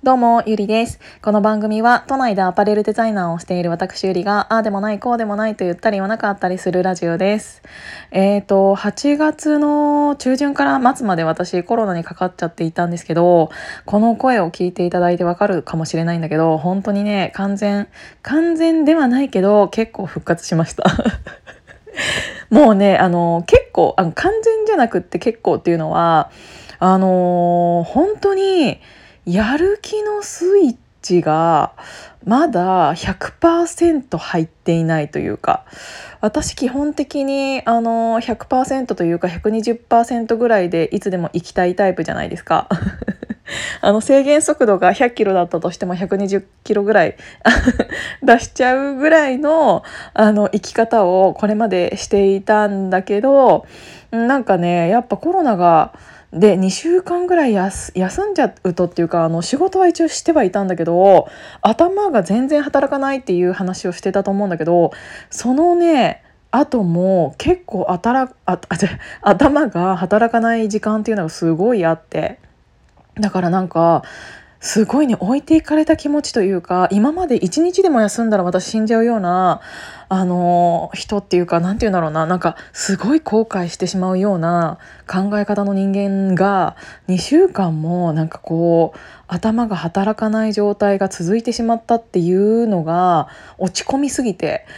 どうも、ゆりです。この番組は都内でアパレルデザイナーをしている私ゆりが、ああでもないこうでもないと言ったり言わなかったりするラジオです。8月の中旬から末まで私コロナにかかっちゃっていたんですけど、この声を聞いていただいてわかるかもしれないんだけど、本当にね、完全ではないけど結構復活しました。もうね、結構完全じゃなくって結構っていうのは、本当にやる気のスイッチがまだ 100% 入っていないというか、私基本的に100% というか 120% ぐらいでいつでも行きたいタイプじゃないですか。制限速度が100キロだったとしても120キロぐらい出しちゃうぐらいの生き方をこれまでしていたんだけど、なんかね、やっぱコロナがで2週間ぐらい休んじゃうとっていうか、仕事は一応してはいたんだけど頭が全然働かないっていう話をしてたと思うんだけど、そのねあとも結構頭が働かない時間っていうのがすごいあって、だからなんかすごいね、置いていかれた気持ちというか、今まで一日でも休んだら私死んじゃうような人っていうか、なんていうんだろうな、なんかすごい後悔してしまうような考え方の人間が2週間もなんかこう頭が働かない状態が続いてしまったっていうのが落ち込みすぎて、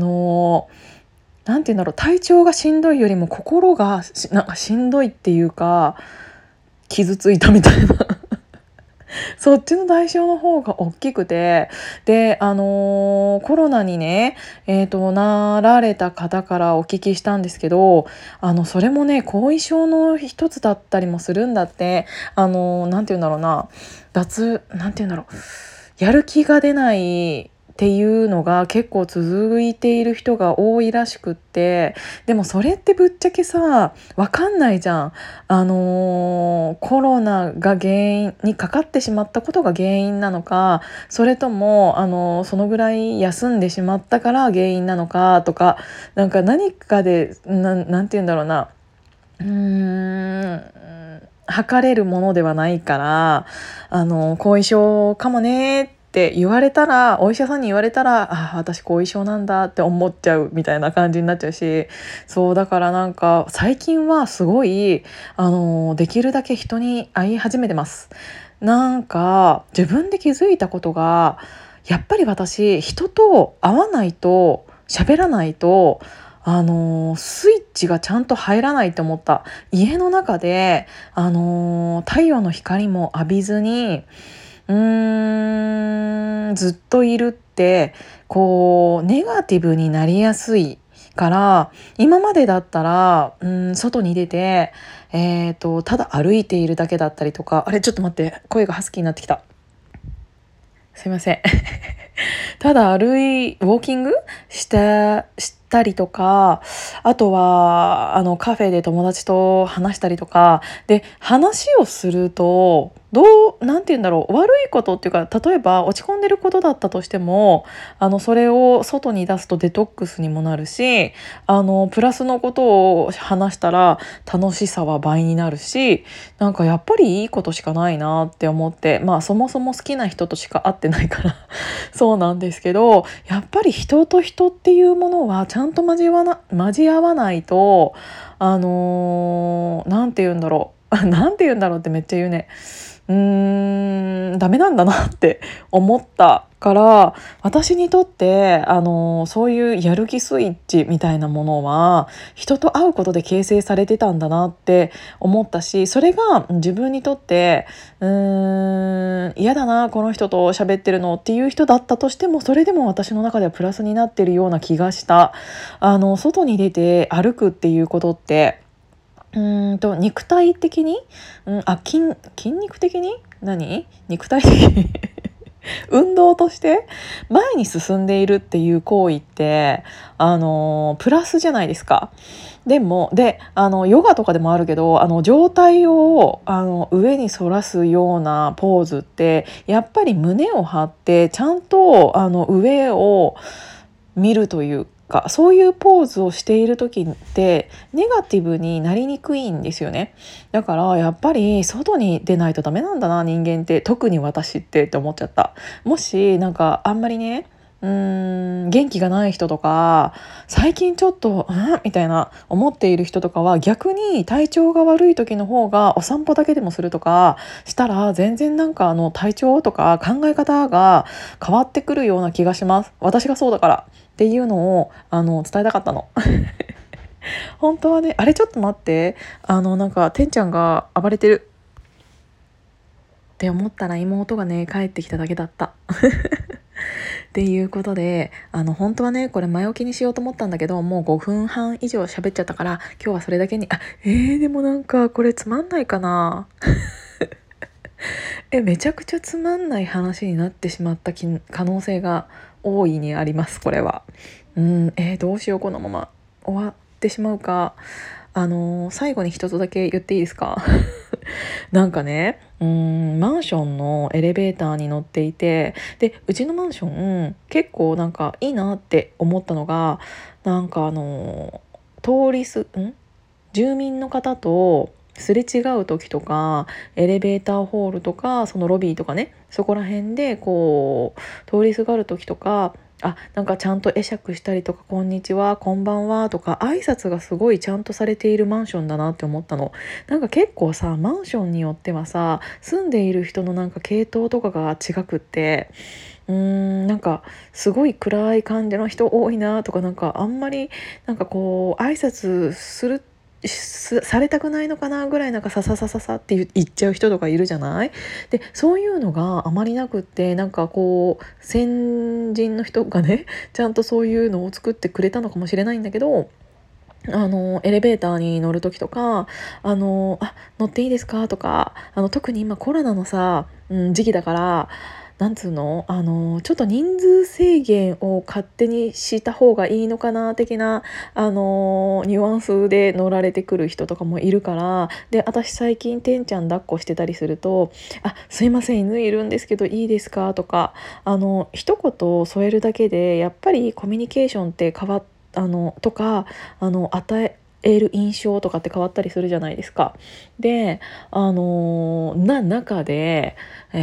なんていうんだろう、体調がしんどいよりも心がなんかしんどいっていうか、傷ついたみたいなそっちの代償の方が大きくて、で、コロナにね、なられた方からお聞きしたんですけど、それもね、後遺症の一つだったりもするんだって。なんて言うんだろうな、なんて言うんだろう、やる気が出ないっていうのが結構続いている人が多いらしくって、でもそれってぶっちゃけさ、わかんないじゃん。コロナが原因にかかってしまったことが原因なのか、それともそのぐらい休んでしまったから原因なのかとか、なんか何かでなんて言うんだろうな、測れるものではないから、後遺症かもねって言われたら、お医者さんに言われたら、あ、私後遺症なんだって思っちゃうみたいな感じになっちゃうし、そうだからなんか最近はすごいできるだけ人に会い始めてます。なんか自分で気づいたことが、やっぱり私人と会わないと喋らないとスイッチがちゃんと入らないと思った。家の中で太陽の光も浴びずにずっといるってこうネガティブになりやすいから、今までだったら外に出てただ歩いているだけだったりとか、あれちょっと待って、声がハスキーになってきた、すいません。ただウォーキングしたりとか、あとはカフェで友達と話したりとかで、話をするとなんて言うんだろう、悪いことっていうか、例えば落ち込んでることだったとしてもそれを外に出すとデトックスにもなるし、プラスのことを話したら楽しさは倍になるし、なんかやっぱりいいことしかないなって思って、まあそもそも好きな人としか会ってないからそうなんですけど、やっぱり人と人っていうものはちゃんと交わわないと、なんて言うんだろうなんて言うんだろうってめっちゃ言うね。ダメなんだなって思ったから、私にとってそういうやる気スイッチみたいなものは人と会うことで形成されてたんだなって思ったし、それが自分にとって嫌だなこの人と喋ってるのっていう人だったとしても、それでも私の中ではプラスになってるような気がした。外に出て歩くっていうことって、肉体的に、筋肉的に、肉体的に運動として前に進んでいるっていう行為って、プラスじゃないですか。でヨガとかでもあるけど、上体を上に反らすようなポーズってやっぱり胸を張ってちゃんと上を見るというかそういうポーズをしている時ってネガティブになりにくいんですよね。だからやっぱり外に出ないとダメなんだな、人間って、特に私って思っちゃった。もしなんかあんまりね元気がない人とか、最近ちょっとみたいな思っている人とかは、逆に体調が悪い時の方がお散歩だけでもするとかしたら、全然なんか体調とか考え方が変わってくるような気がします。私がそうだからっていうのを伝えたかったの。本当はね、あれちょっと待って、なんかてんちゃんが暴れてるって思ったら、妹がね帰ってきただけだった。っていうことで、本当はねこれ前置きにしようと思ったんだけど、もう5分半以上喋っちゃったから、今日はそれだけに。でもなんかこれつまんないかな。めちゃくちゃつまんない話になってしまった可能性が大いにあります、これは。どうしよう、このまま終わってしまうか。最後に一つだけ言っていいですか？なんかね、マンションのエレベーターに乗っていて、でうちのマンション結構なんかいいなって思ったのが、なんか通りす住民の方とすれ違う時とか、エレベーターホールとかそのロビーとかね、そこら辺でこう通りすがる時とか、なんかちゃんと会釈したりとか、こんにちは、こんばんはとか、挨拶がすごいちゃんとされているマンションだなって思ったの。なんか結構さ、マンションによってはさ、住んでいる人のなんか系統とかが違くって、なんかすごい暗い感じの人多いなとか、なんかあんまりなんかこう挨拶されたくないのかなぐらい、なんかさささささって言っちゃう人とかいるじゃない。でそういうのがあまりなくって、なんかこう先人の人がねちゃんとそういうのを作ってくれたのかもしれないんだけど、エレベーターに乗る時とか、乗っていいですかとか、特に今コロナのさ、時期だから、なんつうの、ちょっと人数制限を勝手にした方がいいのかな的な、ニュアンスで乗られてくる人とかもいるから。で私最近てんちゃん抱っこしてたりすると、すいません犬いるんですけどいいですかとか、一言添えるだけでやっぱりコミュニケーションって変わってとか与える印象とかって変わったりするじゃないですか。で中で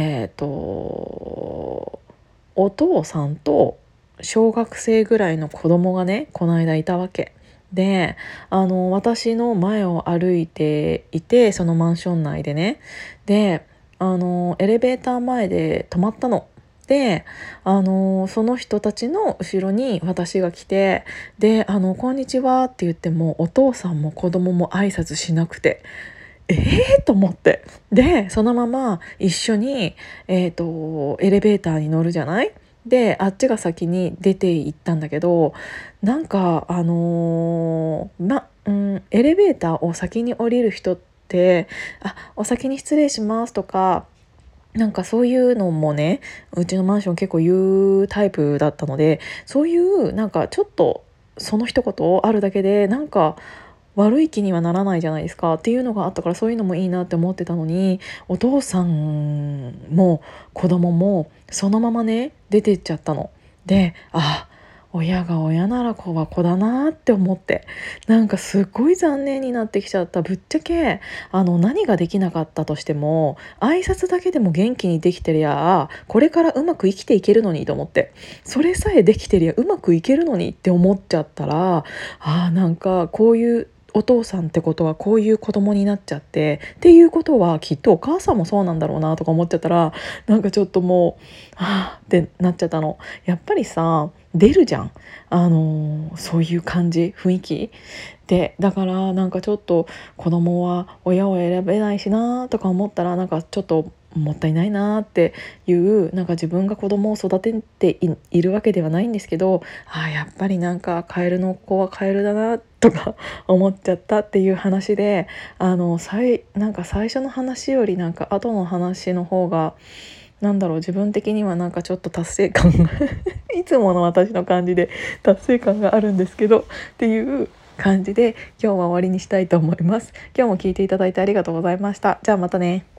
お父さんと小学生ぐらいの子供がねこの間いたわけで、私の前を歩いていて、そのマンション内でね、でエレベーター前で止まったの。でその人たちの後ろに私が来て、でこんにちはって言っても、お父さんも子供も挨拶しなくて、と思って、でそのまま一緒に、エレベーターに乗るじゃない。であっちが先に出て行ったんだけど、なんかエレベーターを先に降りる人ってお先に失礼しますとか、なんかそういうのもね、うちのマンション結構言うタイプだったので、そういうなんかちょっとその一言あるだけでなんか悪い気にはならないじゃないですかっていうのがあったから、そういうのもいいなって思ってたのに、お父さんも子供もそのままね出てっちゃったので、親が親なら子は子だなって思って、なんかすっごい残念になってきちゃった。ぶっちゃけ何ができなかったとしても挨拶だけでも元気にできてりゃこれからうまく生きていけるのにと思って、それさえできてりゃうまくいけるのにって思っちゃったら、なんかこういうお父さんってことはこういう子供になっちゃって、っていうことはきっとお母さんもそうなんだろうなとか思っちゃったら、なんかちょっともうってなっちゃったの。やっぱりさ出るじゃん、そういう感じ雰囲気で。だからなんかちょっと子供は親を選べないしなとか思ったら、なんかちょっともったいないなっていう、なんか自分が子供を育てているわけではないんですけど、やっぱりなんかカエルの子はカエルだなとか思っちゃったっていう話で、なんか最初の話よりなんか後の話の方がなんだろう、自分的にはなんかちょっと達成感がいつもの私の感じで達成感があるんですけどっていう感じで、今日は終わりにしたいと思います。今日も聞いていただいてありがとうございました。じゃあまたね。